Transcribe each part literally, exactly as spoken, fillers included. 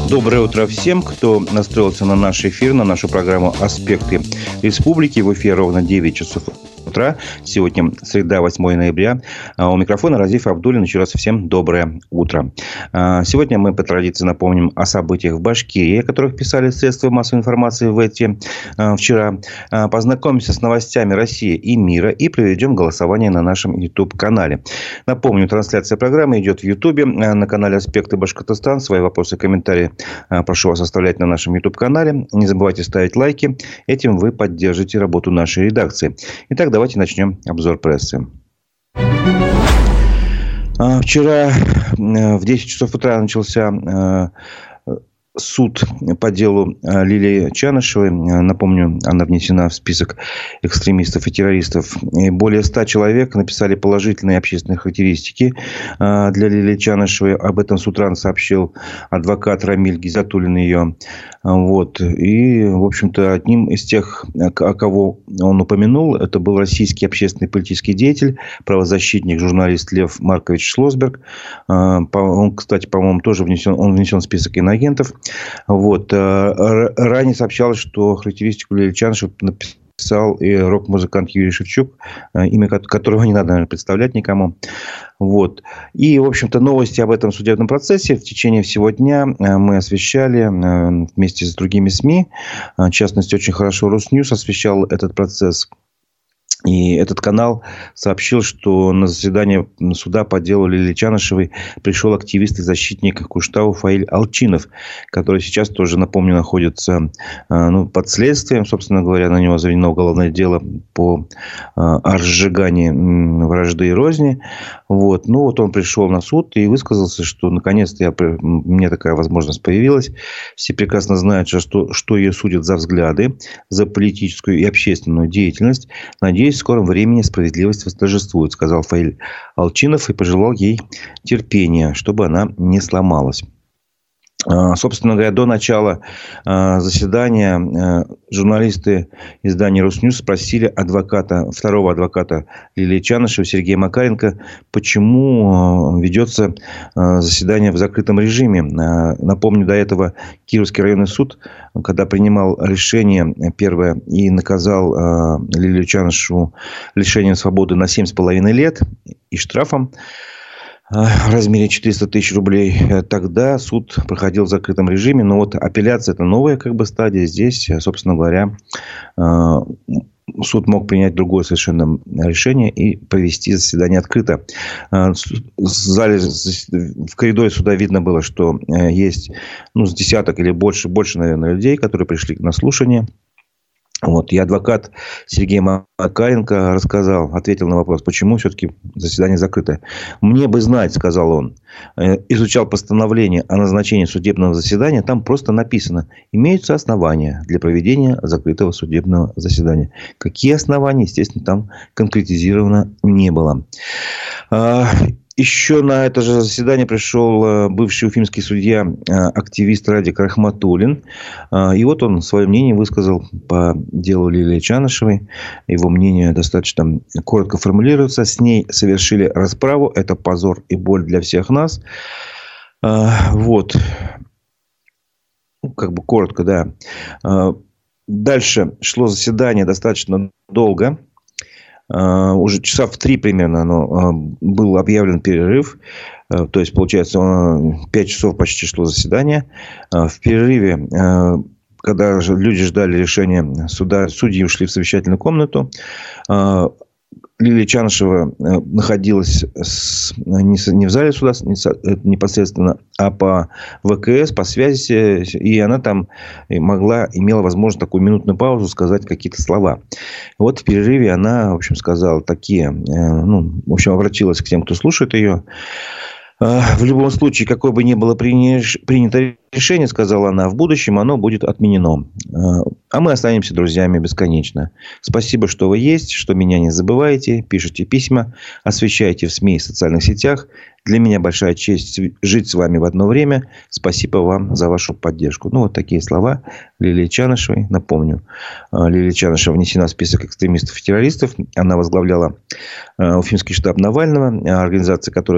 Доброе утро всем, кто настроился на наш эфир, на нашу программу «Аспекты республики». В эфире ровно девять часов утра. Сегодня среда, восьмое ноября. У микрофона Разиф Абдуллин. Еще раз всем доброе утро. Сегодня мы по традиции напомним о событиях в Башкирии, о которых писали средства массовой информации в эти вчера. Познакомимся с новостями России и мира и проведем голосование на нашем YouTube-канале. Напомню, трансляция программы идет в YouTube на канале «Аспекты Башкортостан». Свои вопросы и комментарии прошу вас оставлять на нашем YouTube-канале. Не забывайте ставить лайки. Этим вы поддержите работу нашей редакции. Итак, давайте начнем обзор прессы. Вчера в десять часов утра начался суд по делу Лилии Чанышевой. Напомню, она внесена в список экстремистов и террористов. И более ста человек написали положительные общественные характеристики для Лилии Чанышевой. Об этом с утра сообщил адвокат Рамиль Гизатуллин ее. Вот. И, в общем-то, одним из тех, кого он упомянул, это был российский общественный политический деятель, правозащитник, журналист Лев Маркович Шлосберг. Он, кстати, по-моему, тоже внесен, он внесен в список иноагентов. Вот. Ранее сообщалось, что характеристику Лилии Чанышевой написал и рок-музыкант Юрий Шевчук, имя которого не надо, наверное, представлять никому. Вот. И, в общем-то, новости об этом судебном процессе в течение всего дня мы освещали вместе с другими СМИ. В частности, очень хорошо Русньюз освещал этот процесс. И этот канал сообщил, что на заседание суда по делу Лилии Чанышевой пришел активист и защитник Куштау Фаиль Алчинов, который сейчас тоже, напомню, находится ну, под следствием. Собственно говоря, на него заведено уголовное дело по разжиганию вражды и розни. Вот. Ну, вот он пришел на суд и высказался, что наконец-то я, у меня такая возможность появилась. Все прекрасно знают, что, что ее судят за взгляды, за политическую и общественную деятельность. Надеюсь, в скором времени справедливость восторжествует, сказал Фаиль Алчинов и пожелал ей терпения, чтобы она не сломалась. Собственно говоря, до начала заседания журналисты издания «Русньюз» спросили адвоката, второго адвоката Лилии Чанышевой Сергея Макаренко, почему ведется заседание в закрытом режиме. Напомню, до этого Кировский районный суд, когда принимал решение первое и наказал Лилию Чанышеву лишением свободы на семь с половиной лет и штрафом в размере четыреста тысяч рублей, тогда суд проходил в закрытом режиме. Но вот апелляция – это новая как бы стадия. Здесь, собственно говоря, суд мог принять другое совершенно решение и провести заседание открыто. В зале, в коридоре суда видно было, что есть ну, с десяток или больше, больше, наверное, людей, которые пришли на слушание. Вот. И адвокат Сергей Макаренко рассказал, ответил на вопрос, почему все-таки заседание закрыто. «Мне бы знать, — сказал он, — изучал постановление о назначении судебного заседания. Там просто написано, имеются основания для проведения закрытого судебного заседания. Какие основания, естественно, там конкретизировано не было». Еще на это же заседание пришел бывший уфимский судья, активист Радик Рахматуллин. И вот он свое мнение высказал по делу Лилии Чанышевой. Его мнение достаточно коротко формулируется. С ней совершили расправу. Это позор и боль для всех нас. Вот. Ну, как бы коротко, да. Дальше шло заседание достаточно долго. Uh, уже часа в три примерно оно, uh, был объявлен перерыв. Uh, то есть, получается, uh, пять часов почти шло заседание. Uh, в перерыве, uh, когда люди ждали решения суда, судьи ушли в совещательную комнату. Uh, Лилия Чанышева находилась не в зале суда непосредственно, а по ВКС, по связи. И она там могла, имела возможность такую минутную паузу сказать какие-то слова. Вот в перерыве она, в общем, сказала такие, ну, в общем, обратилась к тем, кто слушает ее. В любом случае, какое бы ни было принято решение, сказала она, в будущем оно будет отменено. А мы останемся друзьями бесконечно. Спасибо, что вы есть, что меня не забываете, пишите письма, освещаете в СМИ и социальных сетях. Для меня большая честь жить с вами в одно время. Спасибо вам за вашу поддержку. Ну, вот такие слова Лилии Чанышевой. Напомню, Лилия Чанышева внесена в список экстремистов и террористов. Она возглавляла Уфимский штаб Навального, организация, которая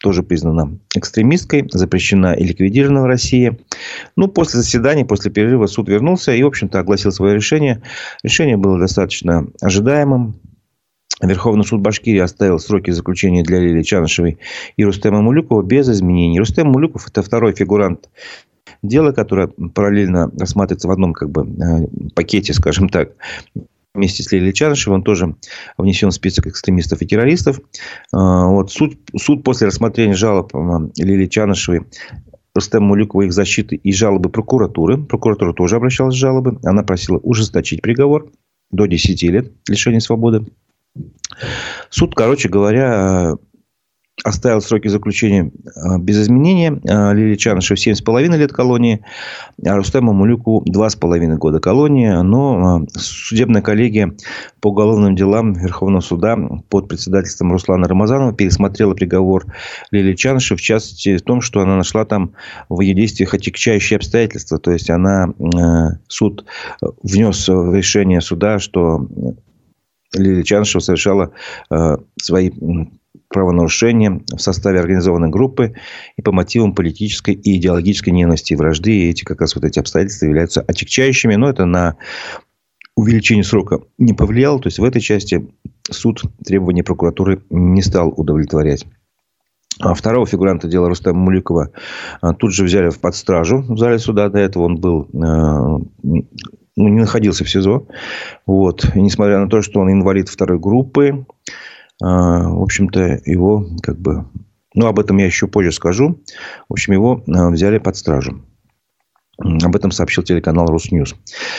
тоже признана экстремисткой, запрещена и ликвидирована в России. Ну, после заседания, после перерыва суд вернулся и, в общем-то, огласил свое решение. Решение было достаточно ожидаемым. Верховный суд Башкирии оставил сроки заключения для Лилии Чанышевой и Рустема Мулюкова без изменений. Рустем Мулюков – это второй фигурант дела, которое параллельно рассматривается в одном как бы пакете, скажем так, вместе с Лилией Чанышевой. Он тоже внесен в список экстремистов и террористов. Вот, суд, суд после рассмотрения жалоб Лилии Чанышевой, Рустема Мулюкова, их защиты и жалобы прокуратуры. Прокуратура тоже обращалась с жалобой. Она просила ужесточить приговор до десяти лет лишения свободы. Суд, короче говоря, оставил сроки заключения без изменения. Лилии Чанышевой семь с половиной лет колонии, а Рустему Мулюку два с половиной года колонии. Но судебная коллегия по уголовным делам Верховного суда под председательством Руслана Рамазанова пересмотрела приговор Лилии Чанышевой, в частности в том, что она нашла там в ее действиях отягчающие обстоятельства. То есть она, суд внес в решение суда, что Лилия Чанышева совершала свои правонарушения в составе организованной группы и по мотивам политической и идеологической ненависти и вражды. И эти, как раз вот эти обстоятельства являются отягчающими. Но это на увеличение срока не повлияло. То есть, в этой части суд требования прокуратуры не стал удовлетворять. А второго фигуранта дела Рустема Мулюкова тут же взяли под стражу в зале суда. До этого он был... Ну, не находился в СИЗО. Вот. И несмотря на то, что он инвалид второй группы, в общем-то, его как бы... Ну, об этом я еще позже скажу. В общем, его взяли под стражу. Об этом сообщил телеканал Русньюз.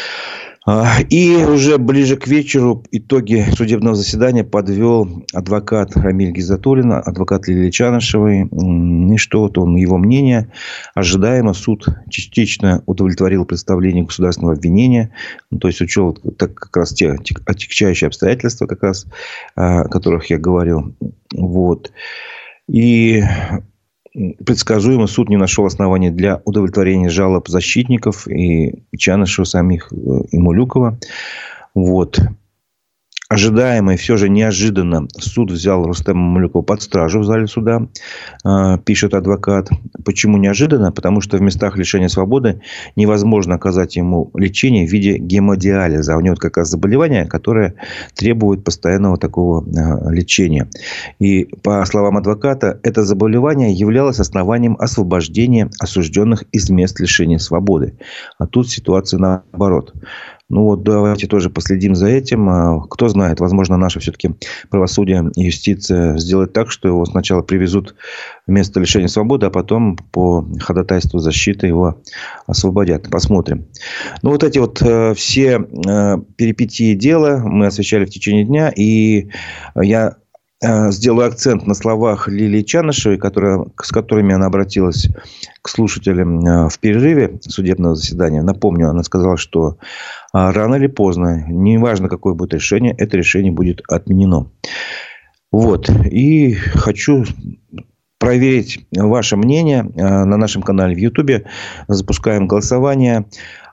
И уже ближе к вечеру итоги судебного заседания подвел адвокат Рамиль Гизатуллин, адвокат Лилии Чанышевой. И что вот он, его мнение. Ожидаемо суд частично удовлетворил представление государственного обвинения. Ну, то есть, учел так, как раз те отягчающие обстоятельства, как раз, о которых я говорил. Вот. И... предсказуемо суд не нашел оснований для удовлетворения жалоб защитников и Чанышева самих, и Мулюкова. Вот. Ожидаемо и все же неожиданно суд взял Рустема Мулюкова под стражу в зале суда, пишет адвокат. Почему неожиданно? Потому что в местах лишения свободы невозможно оказать ему лечение в виде гемодиализа. У него как раз заболевание, которое требует постоянного такого лечения. И по словам адвоката, это заболевание являлось основанием освобождения осужденных из мест лишения свободы. А тут ситуация наоборот. Ну вот давайте тоже последим за этим. Кто знает, возможно, наше все-таки правосудие и юстиция сделает так, что его сначала привезут в место лишения свободы, а потом по ходатайству защиты его освободят. Посмотрим. Ну вот эти вот э, все э, перипетии дела мы освещали в течение дня. И я э, сделаю акцент на словах Лилии Чанышевой, которая, с которыми она обратилась к слушателям э, в перерыве судебного заседания. Напомню, она сказала, что рано или поздно, неважно, какое будет решение, это решение будет отменено. Вот. И хочу проверить ваше мнение на нашем канале в Ютубе. Запускаем голосование.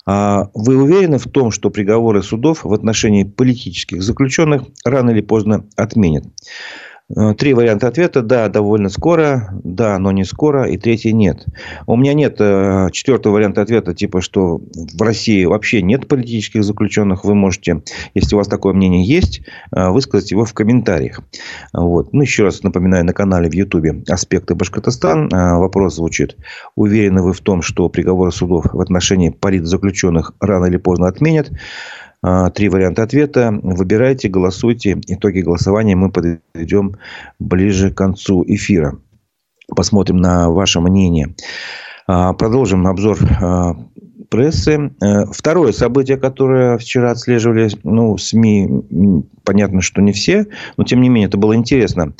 Вы уверены в том, что приговоры судов в отношении политических заключенных рано или поздно отменят? Три варианта ответа. Да, довольно скоро. Да, но не скоро. И третий нет. У меня нет четвертого варианта ответа, типа, что в России вообще нет политических заключенных. Вы можете, если у вас такое мнение есть, высказать его в комментариях. Вот. Ну, еще раз напоминаю, на канале в Ютубе «Аспекты Башкортостан». Вопрос звучит. Уверены вы в том, что приговоры судов в отношении политзаключенных рано или поздно отменят? Три варианта ответа. Выбирайте, голосуйте. Итоги голосования мы подведем ближе к концу эфира. Посмотрим на ваше мнение. Продолжим обзор прессы. Второе событие, которое вчера отслеживали, ну, СМИ, понятно, что не все, но тем не менее это было интересно.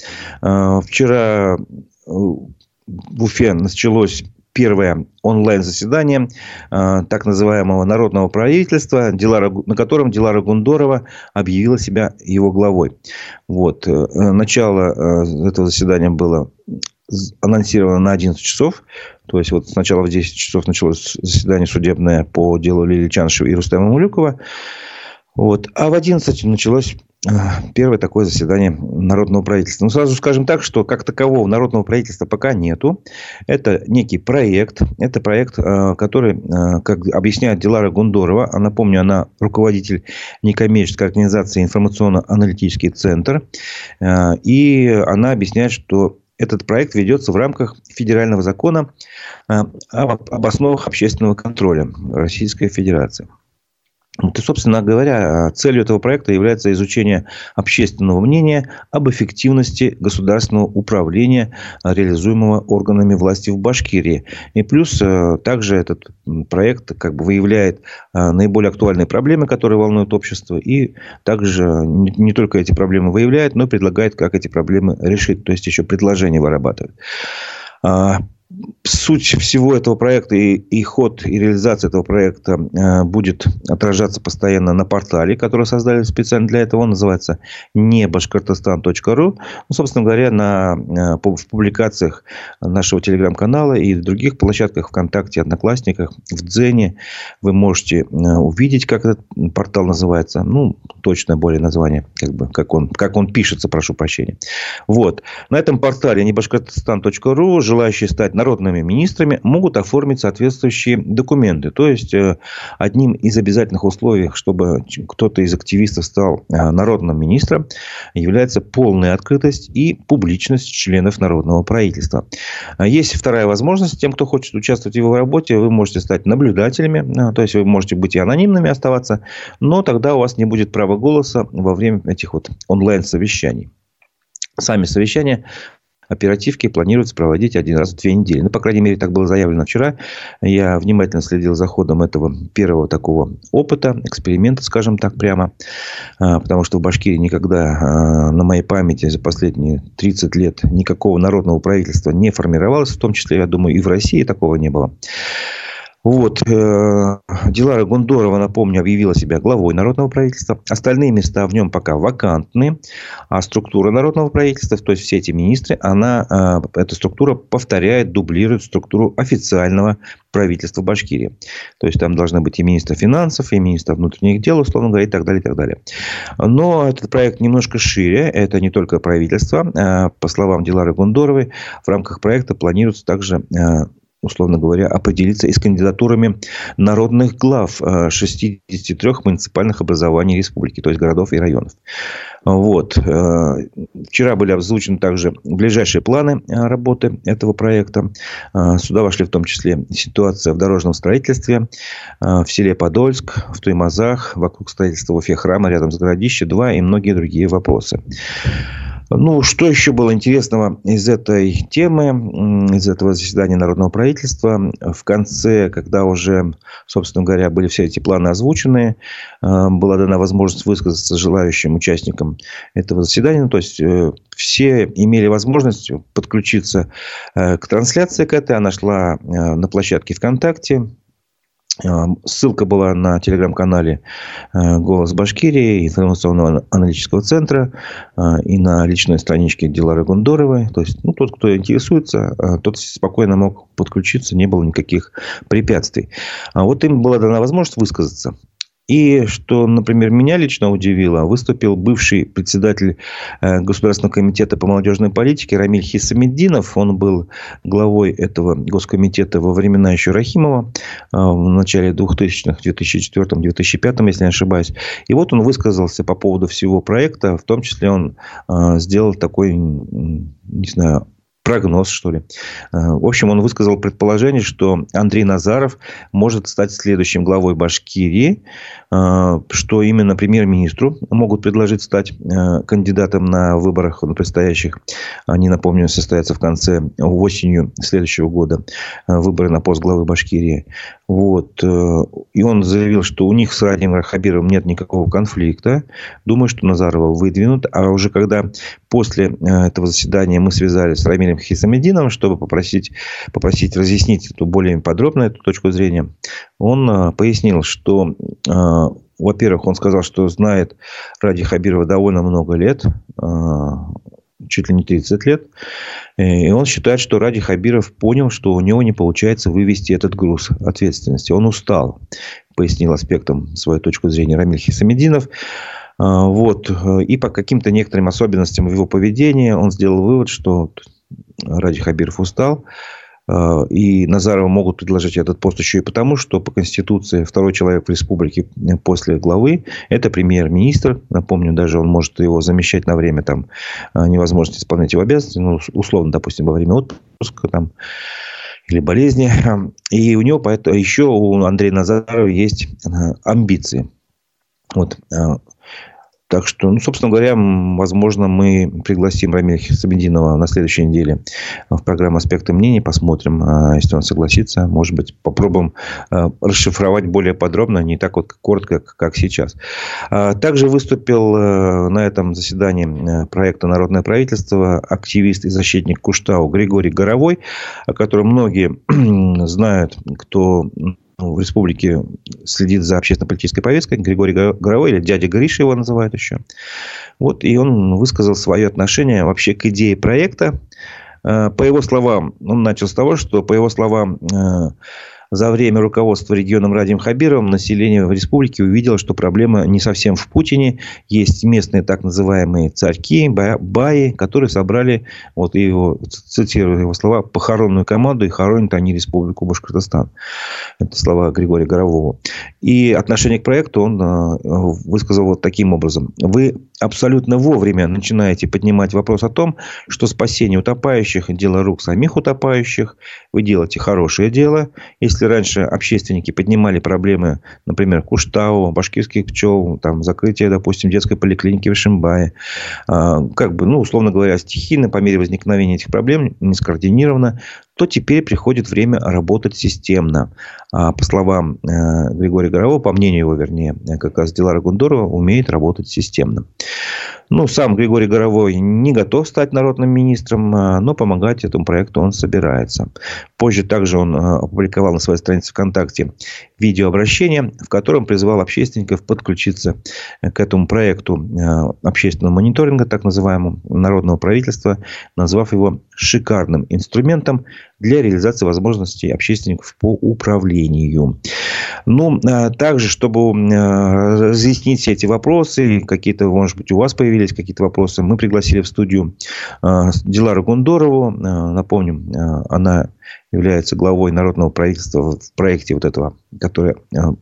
Вчера в Уфе началось первое онлайн-заседание э, так называемого народного правительства, Дилара, на котором Дилара Гундорова объявила себя его главой. Вот. Начало э, этого заседания было анонсировано на одиннадцать часов. То есть, вот сначала в десять часов началось заседание судебное по делу Лилии Чанышевой и Рустема Мулюкова. Вот. А в одиннадцать началось первое такое заседание народного правительства. Ну, сразу скажем так, что как такового народного правительства пока нету. Это некий проект. Это проект, который, как объясняет Дилара Гундорова, а напомню, она руководитель некоммерческой организации «Информационно-аналитический центр». И она объясняет, что этот проект ведется в рамках федерального закона об основах общественного контроля Российской Федерации. Вот и, собственно говоря, целью этого проекта является изучение общественного мнения об эффективности государственного управления, реализуемого органами власти в Башкирии. И плюс также этот проект как бы выявляет наиболее актуальные проблемы, которые волнуют общество. И также не только эти проблемы выявляет, но и предлагает, как эти проблемы решить. То есть, еще предложения вырабатывает. Суть всего этого проекта и, и ход, и реализация этого проекта э, будет отражаться постоянно на портале, который создали специально для этого. Он называется не башкортостан точка ру. Ну, собственно говоря, на, э, в публикациях нашего телеграм-канала и других площадках ВКонтакте, Одноклассниках, в Дзене вы можете э, увидеть, как этот портал называется. Ну, точное более название, как бы, как он, как он пишется, прошу прощения. Вот. На этом портале не башкортостан точка ру желающие стать народными министрами могут оформить соответствующие документы. То есть, одним из обязательных условий, чтобы кто-то из активистов стал народным министром, является полная открытость и публичность членов народного правительства. Есть вторая возможность. Тем, кто хочет участвовать в его работе, вы можете стать наблюдателями. То есть, вы можете быть и анонимными оставаться, но тогда у вас не будет права голоса во время этих вот онлайн-совещаний. Сами совещания, оперативки планируется проводить один раз в две недели. Ну, по крайней мере, так было заявлено вчера. Я внимательно следил за ходом этого первого такого опыта, эксперимента, скажем так, прямо. Потому что в Башкирии никогда, на моей памяти, за последние тридцать лет никакого народного правительства не формировалось. В том числе, я думаю, и в России такого не было. Вот. Дилара Гундорова, напомню, объявила себя главой народного правительства. Остальные места в нем пока вакантны. А структура народного правительства, то есть все эти министры, она, эта структура повторяет, дублирует структуру официального правительства Башкирии. То есть, там должны быть и министр финансов, и министр внутренних дел, условно говоря, и так далее, и так далее. Но этот проект немножко шире. Это не только правительство. По словам Дилары Гундоровой, в рамках проекта планируется также, условно говоря, определиться и с кандидатурами народных глав шестидесяти трёх муниципальных образований республики, то есть городов и районов. Вот. Вчера были озвучены также ближайшие планы работы этого проекта. Сюда вошли в том числе ситуация в дорожном строительстве в селе Подольск, в Туймазах, вокруг строительства в Уфе храма, рядом с городище два и многие другие вопросы. Ну, что еще было интересного из этой темы, из этого заседания народного правительства? В конце, когда уже, собственно говоря, были все эти планы озвучены, была дана возможность высказаться желающим участникам этого заседания. То есть, все имели возможность подключиться к трансляции к этой. Она шла на площадке ВКонтакте. Ссылка была на телеграм-канале «Голос Башкирии», информационного аналитического центра и на личной страничке Дилары Гундоровой. То есть, ну, тот, кто интересуется, тот спокойно мог подключиться, не было никаких препятствий. А вот им была дана возможность высказаться. И что, например, меня лично удивило, выступил бывший председатель Государственного комитета по молодежной политике Рамиль Хисамиддинов. Он был главой этого госкомитета во времена еще Рахимова, в начале двухтысячных, две тысячи четвёртом - две тысячи пятом, если не ошибаюсь. И вот он высказался по поводу всего проекта. В том числе он сделал такой, не знаю, прогноз, что ли. В общем, он высказал предположение, что Андрей Назаров может стать следующим главой Башкирии, что именно премьер-министру могут предложить стать кандидатом на выборах предстоящих. Они, напомню, состоятся в конце осенью следующего года. Выборы на пост главы Башкирии. Вот. И он заявил, что у них с Радием Хабировым нет никакого конфликта. Думаю, что Назарова выдвинут. А уже когда после этого заседания мы связались с Рамилем Хисамиддиновым, чтобы попросить, попросить разъяснить эту более подробно эту точку зрения, он пояснил, что, во-первых, он сказал, что знает Ради Хабирова довольно много лет, чуть ли не тридцать лет. И он считает, что Ради Хабиров понял, что у него не получается вывести этот груз ответственности. Он устал. пояснил аспектом свою точку зрения Рамиль Хисамиддинов. Вот. И по каким-то некоторым особенностям в его поведении он сделал вывод, что Ради Хабиров устал. И Назарову могут предложить этот пост еще и потому, что по Конституции второй человек в республике после главы – это премьер-министр. Напомню, даже он может его замещать на время там, невозможности исполнять его обязанности. Ну, условно, допустим, во время отпуска там, или болезни. И у него поэтому, еще у Андрея Назарова есть амбиции. Вот. Так что, ну, собственно говоря, возможно, мы пригласим Рамиля Хисамиддинова на следующей неделе в программу «Аспекты мнений». Посмотрим, если он согласится. Может быть, попробуем расшифровать более подробно, не так вот коротко, как сейчас. Также выступил на этом заседании проекта «Народное правительство» активист и защитник Куштау Григорий Горовой, о котором многие знают, кто в республике следит за общественно-политической повесткой. Григорий Горовой, или дядя Гриша его называют еще. Вот, и он высказал свое отношение вообще к идее проекта. По его словам, он начал с того, что, по его словам, за время руководства регионом Радием Хабировым население в республике увидело, что проблема не совсем в Путине. Есть местные так называемые царьки, баи, которые собрали, вот его, цитирую его слова, похоронную команду, и хоронят они республику Башкортостан. Это слова Григория Горового. И отношение к проекту он высказал вот таким образом. Вы абсолютно вовремя начинаете поднимать вопрос о том, что спасение утопающих – дело рук самих утопающих. Вы делаете хорошее дело. Если раньше общественники поднимали проблемы, например, Куштау, башкирских пчел, там, закрытие, допустим, детской поликлиники в Ишимбае, как бы, ну, условно говоря, стихийно, по мере возникновения этих проблем, не скоординированно, то теперь приходит время работать системно. А по словам Григория Горового, по мнению его, вернее, как раз Дилара Гундорова умеет работать системно. Ну, сам Григорий Горовой не готов стать народным министром, но помогать этому проекту он собирается. Позже также он опубликовал на своей странице ВКонтакте видеообращение, в котором призывал общественников подключиться к этому проекту общественного мониторинга, так называемому, народного правительства, назвав его шикарным инструментом для реализации возможностей общественников по управлению. Ну, также, чтобы разъяснить все эти вопросы, какие-то, может быть, у вас появились какие-то вопросы, мы пригласили в студию Дилару Гундорову. Напомню, она является главой народного правительства в проекте вот этого, который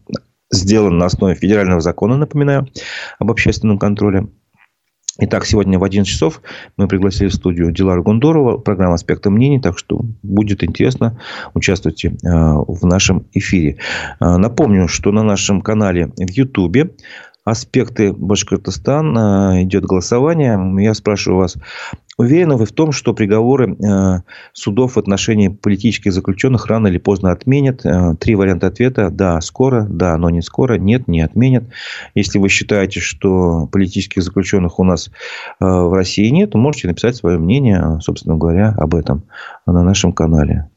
сделан на основе федерального закона, напоминаю, об общественном контроле. Итак, сегодня в одиннадцать часов мы пригласили в студию Дилару Гундорову, программа «Аспекты мнений», так что будет интересно, участвуйте в нашем эфире. Напомню, что на нашем канале в Ютубе «Аспекты Башкортостан» идет голосование. Я спрашиваю вас, уверены вы в том, что приговоры судов в отношении политических заключенных рано или поздно отменят? Три варианта ответа. Да, скоро. Да, но не скоро. Нет, не отменят. Если вы считаете, что политических заключенных у нас в России нет, то можете написать свое мнение, собственно говоря, об этом на нашем канале.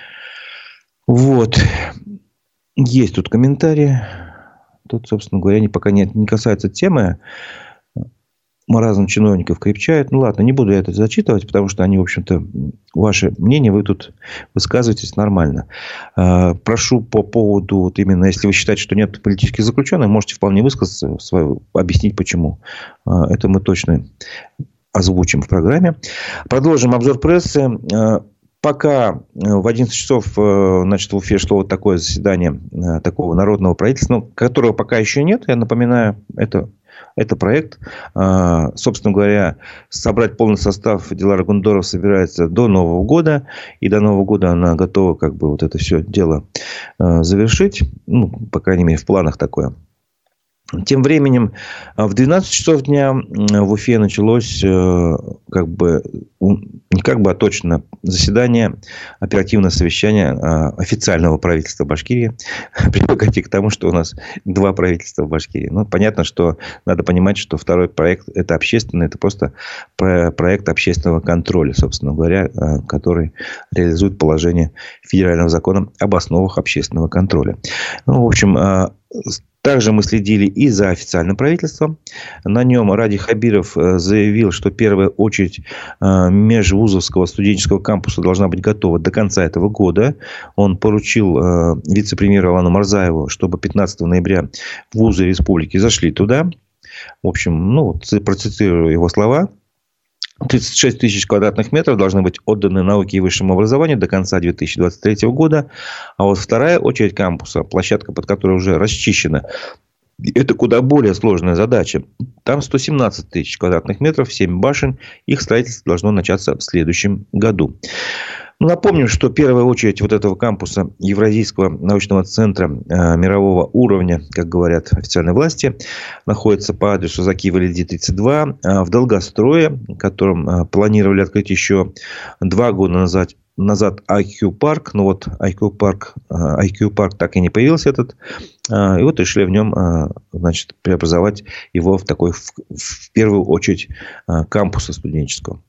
Вот. Есть тут комментарии. Тут, собственно говоря, пока не, не касается темы. Маразм чиновников крепчает. Ну, ладно, не буду я это зачитывать, потому что они, в общем-то, ваше мнение, вы тут высказываетесь нормально. Прошу по поводу, вот именно, если вы считаете, что нет политических заключенных, можете вполне высказаться, свою, объяснить, почему. Это мы точно озвучим в программе. Продолжим обзор прессы. Пока в одиннадцать часов, значит, в Уфе шло вот такое заседание такого народного правительства, но которого пока еще нет, я напоминаю, это, это проект. Собственно говоря, собрать полный состав Дилара Гундорова собирается до Нового года. И до Нового года она готова как бы вот это все дело завершить. Ну, по крайней мере, в планах такое. Тем временем в двенадцать часов дня в Уфе началось как бы, не как бы, а точно заседание, оперативное совещание официального правительства Башкирии. Привыкайте к тому, что у нас два правительства в Башкирии. Ну, понятно, что надо понимать, что второй проект – это общественный, это просто проект общественного контроля, собственно говоря, который реализует положение федерального закона об основах общественного контроля. Ну, в общем, Также мы следили и за официальным правительством. На нем Ради Хабиров заявил, что первая очередь межвузовского студенческого кампуса должна быть готова до конца этого года. Он поручил вице-премьеру Алану Марзаеву, чтобы пятнадцатого ноября вузы республики зашли туда. В общем, ну, процитирую его слова. тридцать шесть тысяч квадратных метров должны быть отданы науке и высшему образованию до конца две тысячи двадцать третьего года. А вот вторая очередь кампуса, площадка, под которой уже расчищена, это куда более сложная задача. Там сто семнадцать тысяч квадратных метров, семь башен. Их строительство должно начаться в следующем году. Напомним, что первая очередь вот этого кампуса Евразийского научного центра э, мирового уровня, как говорят официальные власти, находится по адресу Заки Валиди, тридцать два, э, в Долгострое, которым э, планировали открыть еще два года назад. Назад ай кью парк, но вот ай кью парк, ай кью парк так и не появился этот. И вот решили в нем, значит, преобразовать его в такой, в, в первую очередь, кампуса студенческого.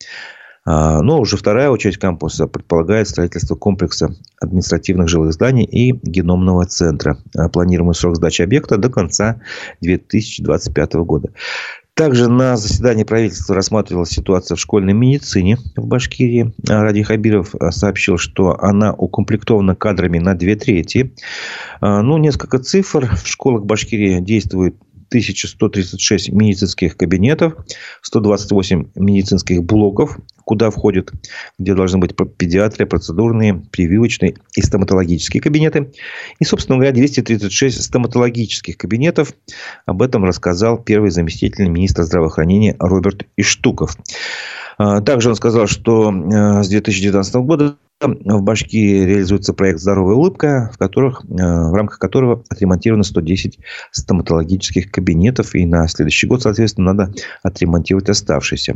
Но уже вторая очередь кампуса предполагает строительство комплекса административных жилых зданий и геномного центра. Планируемый срок сдачи объекта до конца две тысячи двадцать пятого года. Также на заседании правительства рассматривалась ситуация в школьной медицине в Башкирии. Ради Хабиров сообщил, что она укомплектована кадрами на две трети. Ну, несколько цифр. В школах Башкирии действует тысяча сто тридцать шесть медицинских кабинетов, сто двадцать восемь медицинских блоков, куда входят, где должны быть педиатрия, процедурные, прививочные и стоматологические кабинеты. И, собственно говоря, двести тридцать шесть стоматологических кабинетов. Об этом рассказал первый заместитель министра здравоохранения Роберт Иштуков. Также он сказал, что с две тысячи девятнадцатого года в Башкирии реализуется проект «Здоровая улыбка», в, которых, в рамках которого отремонтировано сто десять стоматологических кабинетов. И на следующий год, соответственно, надо отремонтировать оставшиеся.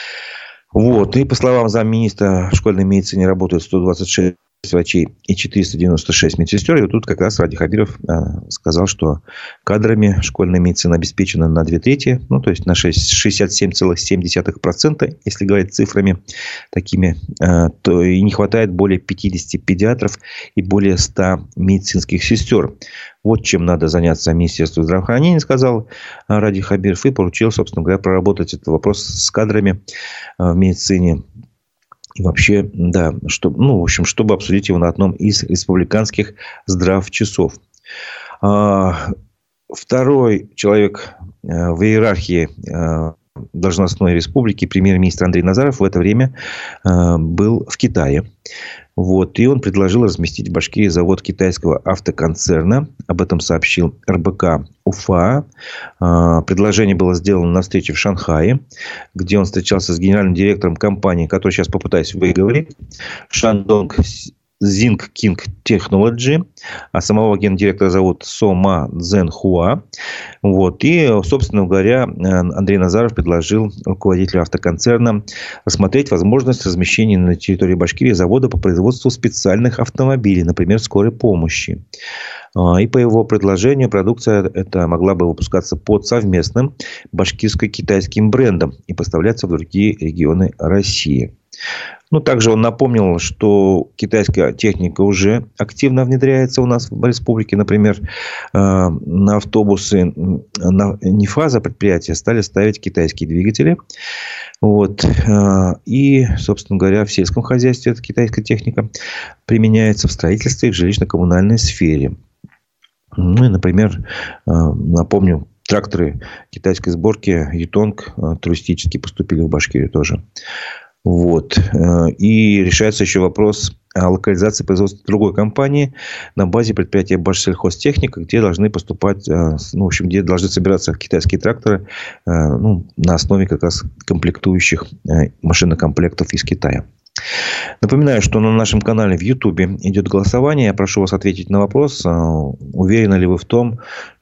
Вот. И по словам замминистра, в школьной медицине работают сто двадцать шесть врачей и четыреста девяносто шесть медсестер. И вот тут как раз Ради Хабиров сказал, что кадрами школьная медицина обеспечена на две трети, ну, то есть на шестьдесят семь целых семь десятых процента, если говорить цифрами такими, то и не хватает более пятидесяти педиатров и более ста медицинских сестер. Вот чем надо заняться Министерству здравоохранения, сказал Ради Хабиров, и поручил, собственно говоря, проработать этот вопрос с кадрами в медицине. И вообще, да, чтобы, ну, в общем, чтобы обсудить его на одном из республиканских здравчасов. Второй человек в иерархии должностной республики, премьер-министр Андрей Назаров, в это время был в Китае. Вот, и он предложил разместить в Башкирии завод китайского автоконцерна. Об этом сообщил эр бэ ка Уфа. Предложение было сделано на встрече в Шанхае, где он встречался с генеральным директором компании, который сейчас попытаюсь выговорить, Шандонг Zing King Technology, а самого гендиректора зовут Сома Цзэнхуа. Вот. И, собственно говоря, Андрей Назаров предложил руководителю автоконцерна рассмотреть возможность размещения на территории Башкирии завода по производству специальных автомобилей, например, скорой помощи. И по его предложению продукция эта могла бы выпускаться под совместным башкирско-китайским брендом и поставляться в другие регионы России. Ну, также он напомнил, что китайская техника уже активно внедряется у нас в республике. Например, на автобусы на Нефаза предприятия стали ставить китайские двигатели. Вот. И, собственно говоря, в сельском хозяйстве эта китайская техника применяется в строительстве и в жилищно-коммунальной сфере. Ну и, например, напомню, тракторы китайской сборки Ютонг туристически поступили в Башкирию тоже. Вот. И решается еще вопрос о локализации производства другой компании на базе предприятия Башсельхозтехника, где должны поступать, ну, в общем, где должны собираться китайские тракторы, ну, на основе как раз комплектующих машинокомплектов из Китая. Напоминаю, что на нашем канале в Ютубе идет голосование. Я прошу вас ответить на вопрос, уверены ли вы в том,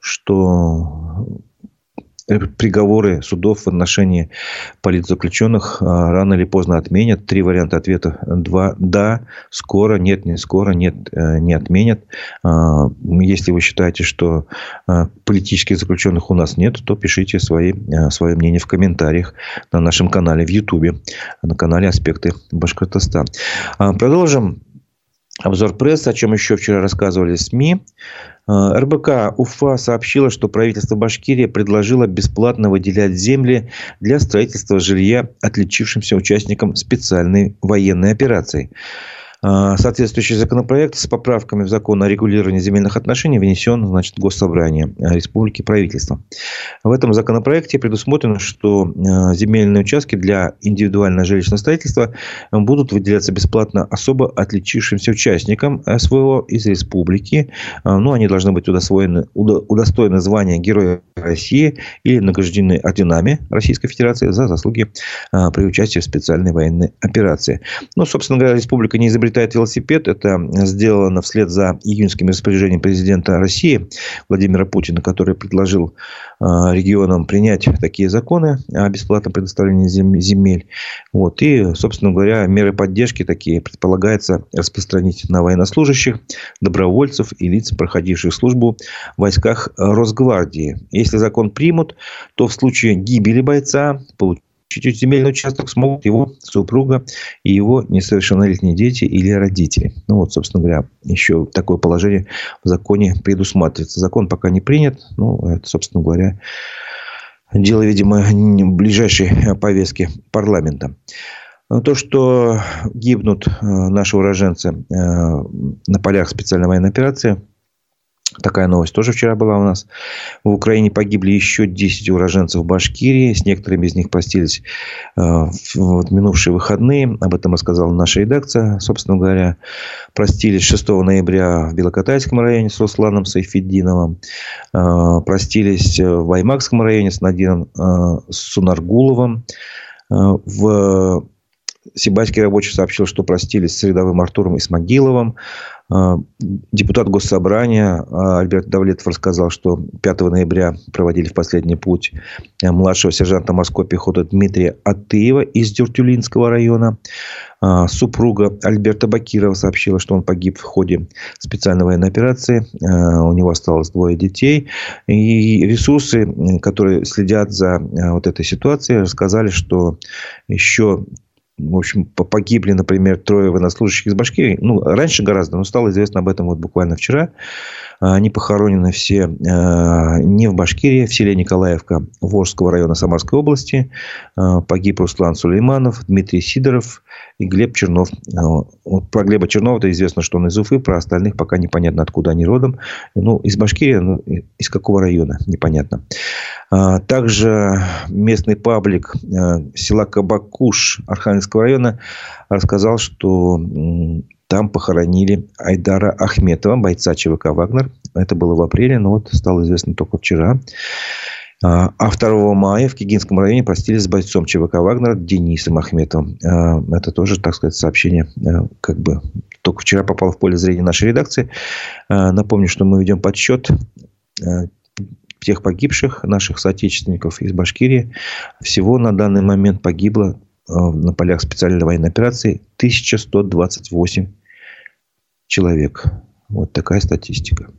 что приговоры судов в отношении политзаключенных рано или поздно отменят. Три варианта ответа. Два. Да. Скоро. Нет. Не скоро. Нет. Не отменят. Если вы считаете, что политических заключенных у нас нет, то пишите свои, свое мнение в комментариях на нашем канале в Ютубе. На канале «Аспекты Башкортостана». Продолжим обзор прессы, о чем еще вчера рассказывали СМИ. эр бэ ка Уфа сообщила, что правительство Башкирии предложило бесплатно выделять земли для строительства жилья отличившимся участникам специальной военной операции. Соответствующий законопроект с поправками в закон о регулировании земельных отношений внесен, значит, в Госсобрание Республики правительства. В этом законопроекте предусмотрено, что земельные участки для индивидуального жилищного строительства будут выделяться бесплатно особо отличившимся участникам эс вэ о из республики. Ну, они должны быть удостоены, удостоены звания Героя России или награждены орденами Российской Федерации за заслуги при участии в специальной военной операции. Ну, собственно говоря, республика не изобретает велосипед. Это сделано вслед за июньским распоряжением президента России Владимира Путина, который предложил регионам принять такие законы о бесплатном предоставлении земель. Вот. И, собственно говоря, меры поддержки такие предполагается распространить на военнослужащих, добровольцев и лиц, проходивших службу в войсках Росгвардии. Если закон примут, то в случае гибели бойца получить земельный участок смогут его супруга и его несовершеннолетние дети или родители. Ну, вот, собственно говоря, еще такое положение в законе предусматривается. Закон пока не принят. Ну, это, собственно говоря, дело, видимо, ближайшей повестки парламента. То, что гибнут наши уроженцы на полях специальной военной операции, такая новость тоже вчера была у нас. В Украине погибли еще десять уроженцев Башкирии. С некоторыми из них простились э, в минувшие выходные. Об этом рассказала наша редакция. Собственно говоря, простились шестого ноября в Белокатайском районе с Русланом Сайфетдиновым. Э, простились в Баймакском районе с Надиром э, Сунаргуловым. Э, в Сибайский рабочий сообщил, что простились с рядовым Артуром Исмагиловым. Депутат Госсобрания Альберт Давлетов рассказал, что пятого ноября проводили в последний путь младшего сержанта морской пехоты Дмитрия Атыева из Дюртюлинского района. Супруга Альберта Бакирова сообщила, что он погиб в ходе специальной военной операции. У него осталось двое детей. И ресурсы, которые следят за вот этой ситуацией, рассказали, что еще... В общем, погибли, например, трое военнослужащих из Башкирии. Ну, раньше гораздо, но стало известно об этом вот буквально вчера. Они похоронены все не в Башкирии, в селе Николаевка Волжского района Самарской области. Погиб Руслан Сулейманов, Дмитрий Сидоров и Глеб Чернов. Вот про Глеба Чернова-то известно, что он из Уфы, про остальных пока непонятно, откуда они родом. Ну, из Башкирии, ну, из какого района, непонятно. Также местный паблик села Кабакуш Архангельского района рассказал, что там похоронили Айдара Ахметова, бойца ЧВК «Вагнер». Это было в апреле, но вот стало известно только вчера. А второго мая в Кигинском районе простились с бойцом ЧВК «Вагнер» Денисом Ахметовым. Это тоже, так сказать, сообщение, как бы только вчера попало в поле зрения нашей редакции. Напомню, что мы ведем подсчет тех погибших наших соотечественников из Башкирии. Всего на данный момент погибло на полях специальной военной операции тысяча сто двадцать восемь человек. Вот такая статистика.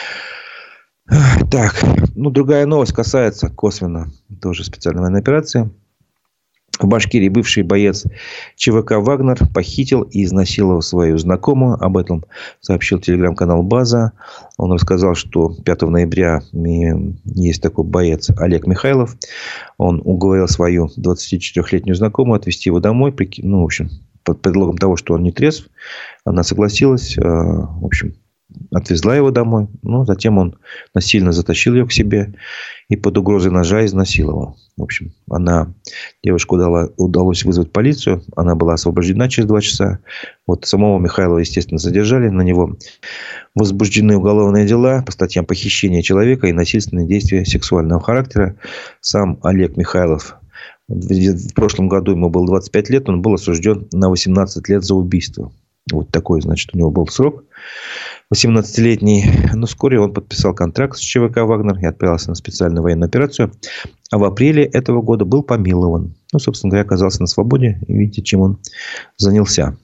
Так, ну, другая новость касается косвенно тоже специальной военной операции. В Башкирии бывший боец ЧВК «Вагнер» похитил и изнасиловал свою знакомую. Об этом сообщил телеграм-канал «База». Он рассказал, что пятого ноября есть такой боец Олег Михайлов. Он уговорил свою двадцатичетырёхлетнюю знакомую отвезти его домой. Ну, в общем, под предлогом того, что он не трезв. Она согласилась. В общем, отвезла его домой. Но затем он насильно затащил ее к себе и под угрозой ножа изнасиловал. В общем, она, девушку удала, удалось вызвать полицию. Она была освобождена через два часа. Вот самого Михайлова, естественно, задержали. На него возбуждены уголовные дела по статьям похищения человека и насильственные действия сексуального характера. Сам Олег Михайлов, в прошлом году ему было двадцать пять лет, он был осужден на восемнадцать лет за убийство. Вот такой, значит, у него был срок. восемнадцатилетний. Но вскоре он подписал контракт с ЧВК «Вагнер» и отправился на специальную военную операцию. А в апреле этого года был помилован. Ну, собственно говоря, оказался на свободе. И видите, чем он занялся.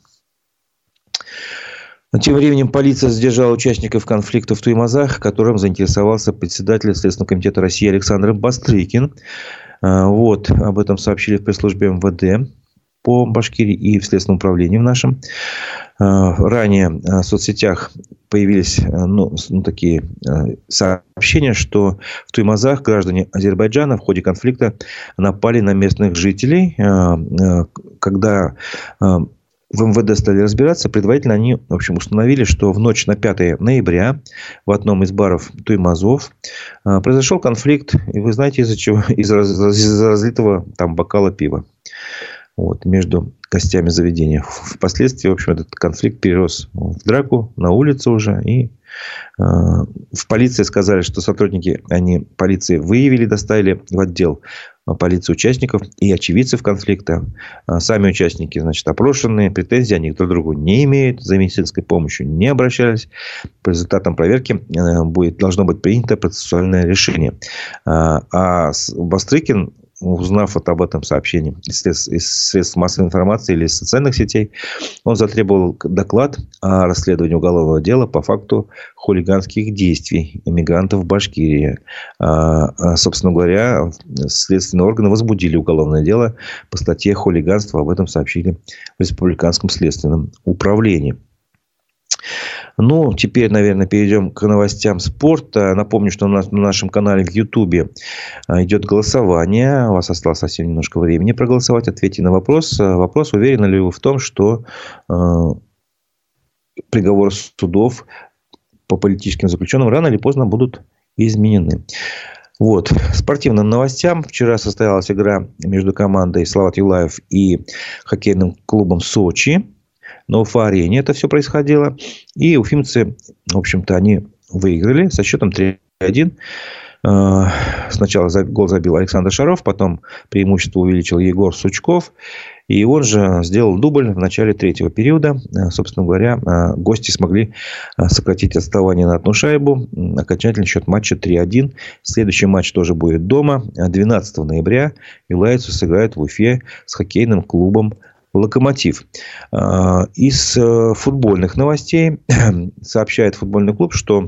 Но тем временем полиция задержала участников конфликта в Туймазах, которым заинтересовался председатель Следственного комитета России Александр Бастрыкин. Вот, об этом сообщили в пресс-службе эм вэ дэ. по Башкирии и в Следственном управлении в нашем. Ранее в соцсетях появились ну, такие сообщения, что в Туймазах граждане Азербайджана в ходе конфликта напали на местных жителей. Когда в эм вэ дэ стали разбираться, предварительно они, в общем, установили, что в ночь на пятое ноября в одном из баров Туймазов произошел конфликт. И вы знаете, из-за чего? Из-за разлитого там бокала пива. Вот, между гостями заведения. Впоследствии, в общем, этот конфликт перерос в драку на улице уже. И э, в полиции сказали, что сотрудники они, полиции выявили, доставили в отдел полиции участников и очевидцев конфликта. А сами участники, значит, опрошенные, претензий они друг к другу не имеют, за медицинской помощью не обращались. По результатам проверки э, будет, должно быть принято процессуальное решение. А, а Бастрыкин, узнав вот об этом сообщении из средств, из средств массовой информации или из социальных сетей, он затребовал доклад о расследовании уголовного дела по факту хулиганских действий иммигрантов в Башкирии. А, собственно говоря, следственные органы возбудили уголовное дело по статье хулиганства. Об этом сообщили в Республиканском следственном управлении. Ну, теперь, наверное, перейдем к новостям спорта. Напомню, что у нас на нашем канале в Ютубе идет голосование. У вас осталось совсем немножко времени проголосовать. Ответьте на вопрос. Вопрос: уверены ли вы в том, что э, приговоры судов по политическим заключенным рано или поздно будут изменены? Вот. Спортивным новостям. Вчера состоялась игра между командой Салават Юлаев и хоккейным клубом Сочи. На Уфа-арене это все происходило. И уфимцы, в общем-то, они выиграли со счетом три один. Сначала гол забил Александр Шаров, потом преимущество увеличил Егор Сучков. И он же сделал дубль в начале третьего периода. Собственно говоря, гости смогли сократить отставание на одну шайбу. Окончательный счет матча три один. Следующий матч тоже будет дома. двенадцатого ноября юлаевцы сыграют в Уфе с хоккейным клубом «Локомотив». Из футбольных новостей сообщает футбольный клуб, что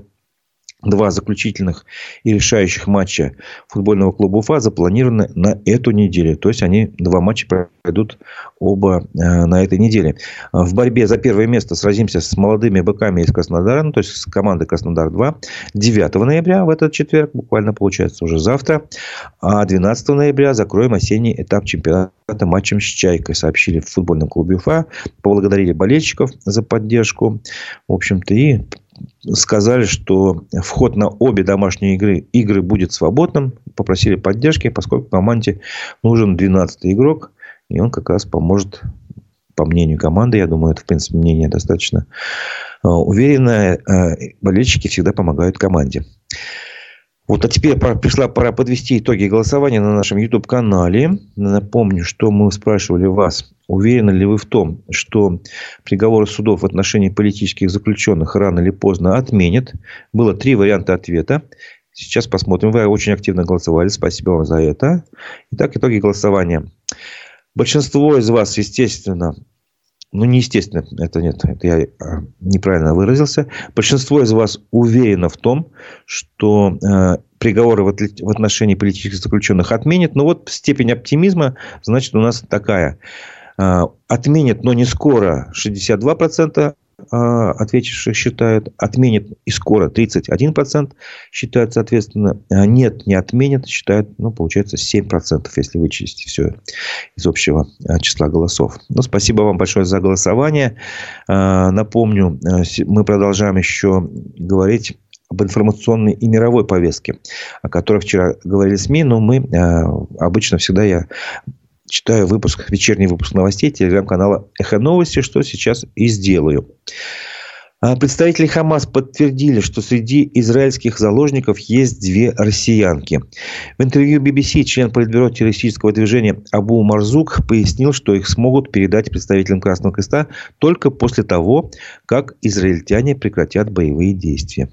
два заключительных и решающих матча футбольного клуба Уфа запланированы на эту неделю. То есть, они два матча пройдут оба на этой неделе. В борьбе за первое место сразимся с молодыми быками из Краснодара, ну, то есть с командой Краснодар-два, девятого ноября в этот четверг, буквально получается уже завтра. А двенадцатого ноября закроем осенний этап чемпионата матчем с «Чайкой», сообщили в футбольном клубе Уфа. Поблагодарили болельщиков за поддержку. В общем-то, и сказали, что вход на обе домашние игры, игры будет свободным. Попросили поддержки, поскольку команде нужен двенадцатый игрок. И он как раз поможет, по мнению команды. Я думаю, это, в принципе, мнение достаточно уверенное. Болельщики всегда помогают команде. Вот, а теперь пришла пора подвести итоги голосования на нашем YouTube-канале. Напомню, что мы спрашивали вас: уверены ли вы в том, что приговоры судов в отношении политических заключенных рано или поздно отменят? Было три варианта ответа. Сейчас посмотрим. Вы очень активно голосовали. Спасибо вам за это. Итак, итоги голосования. Большинство из вас, естественно... Ну, не естественно, это нет, это я неправильно выразился. Большинство из вас уверено в том, что э, приговоры в, отли... в отношении политических заключенных отменят. Но вот степень оптимизма, значит, у нас такая. Э, отменят, но не скоро, шестьдесят два процента э, ответивших считают. Отменят и скоро, тридцать один процент считают, соответственно. А нет, не отменят, считают, ну, получается, семь процентов, если вычесть все из общего числа голосов. Ну, спасибо вам большое за голосование. Напомню, мы продолжаем еще говорить об информационной и мировой повестке, о которой вчера говорили СМИ, но мы обычно всегда я читаю выпуск, вечерний выпуск новостей телеграм-канала «Эхо Новости», что сейчас и сделаю. Представители ХАМАС подтвердили, что среди израильских заложников есть две россиянки. В интервью би би си член политбюро террористического движения Абу Марзук пояснил, что их смогут передать представителям Красного Креста только после того, как израильтяне прекратят боевые действия.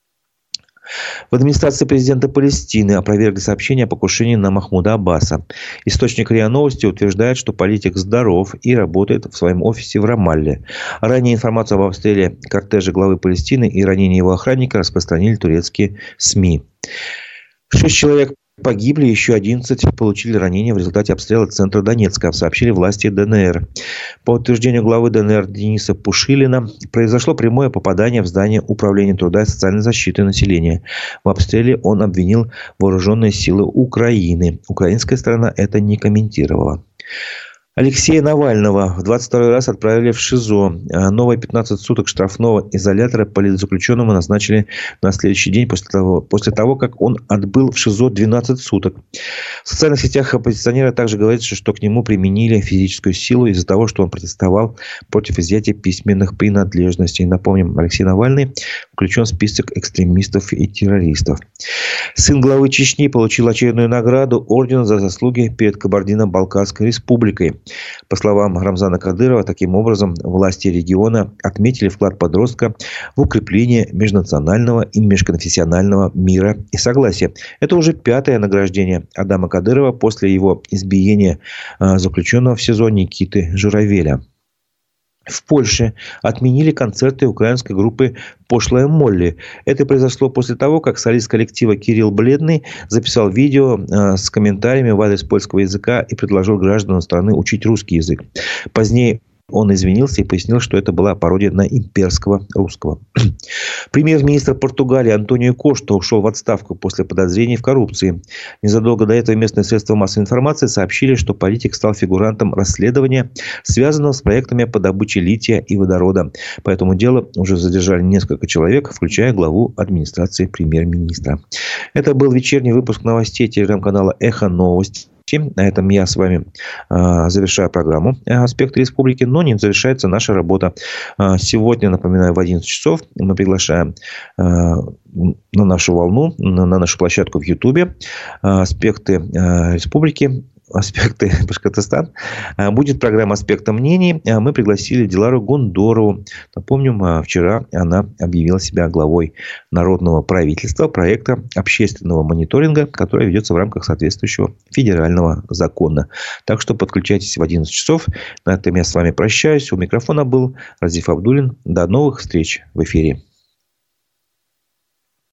В администрации президента Палестины опровергли сообщение о покушении на Махмуда Аббаса. Источник РИА Новости утверждает, что политик здоров и работает в своем офисе в Рамалле. Ранее информацию об обстреле кортежа главы Палестины и ранении его охранника распространили турецкие СМИ. Шесть человек Погибли, еще одиннадцать получили ранения в результате обстрела центра Донецка, сообщили власти ДНР. По утверждению главы ДНР Дениса Пушилина, произошло прямое попадание в здание Управления труда и социальной защиты населения. В обстреле он обвинил вооруженные силы Украины. Украинская сторона это не комментировала. Алексея Навального в двадцать второй раз отправили в ШИЗО. Новые пятнадцать суток штрафного изолятора политзаключенному назначили на следующий день после того, после того, как он отбыл в ШИЗО двенадцать суток. В социальных сетях оппозиционера также говорится, что к нему применили физическую силу из-за того, что он протестовал против изъятия письменных принадлежностей. Напомним, Алексей Навальный включен в список экстремистов и террористов. Сын главы Чечни получил очередную награду – орден за заслуги перед Кабардино-Балкарской республикой. По словам Рамзана Кадырова, таким образом власти региона отметили вклад подростка в укрепление межнационального и межконфессионального мира и согласия. Это уже пятое награждение Адама Кадырова после его избиения заключенного в СИЗО Никиты Журавеля. В Польше отменили концерты украинской группы «Пошлая Молли». Это произошло после того, как солист коллектива Кирилл Бледный записал видео с комментариями в адрес польского языка и предложил гражданам страны учить русский язык. Позднее он извинился и пояснил, что это была пародия на имперского русского. Премьер-министр Португалии Антонио Кошта ушел в отставку после подозрений в коррупции. Незадолго до этого местные средства массовой информации сообщили, что политик стал фигурантом расследования, связанного с проектами по добыче лития и водорода. По этому делу уже задержали несколько человек, включая главу администрации премьер-министра. Это был вечерний выпуск новостей телеграм-канала «Эхо Новости». На этом я с вами э, завершаю программу «Аспекты республики», но не завершается наша работа. Э, сегодня, напоминаю, в одиннадцать часов мы приглашаем э, на нашу волну, на, на нашу площадку в Ютубе э, «Аспекты э, республики». «Аспекты Башкортостан». Будет программа «Аспекты мнений». Мы пригласили Дилару Гундорову. Напомним, вчера она объявила себя главой народного правительства проекта общественного мониторинга, который ведется в рамках соответствующего федерального закона. Так что подключайтесь в одиннадцать часов. На этом я с вами прощаюсь. У микрофона был Разиф Абдуллин. До новых встреч в эфире.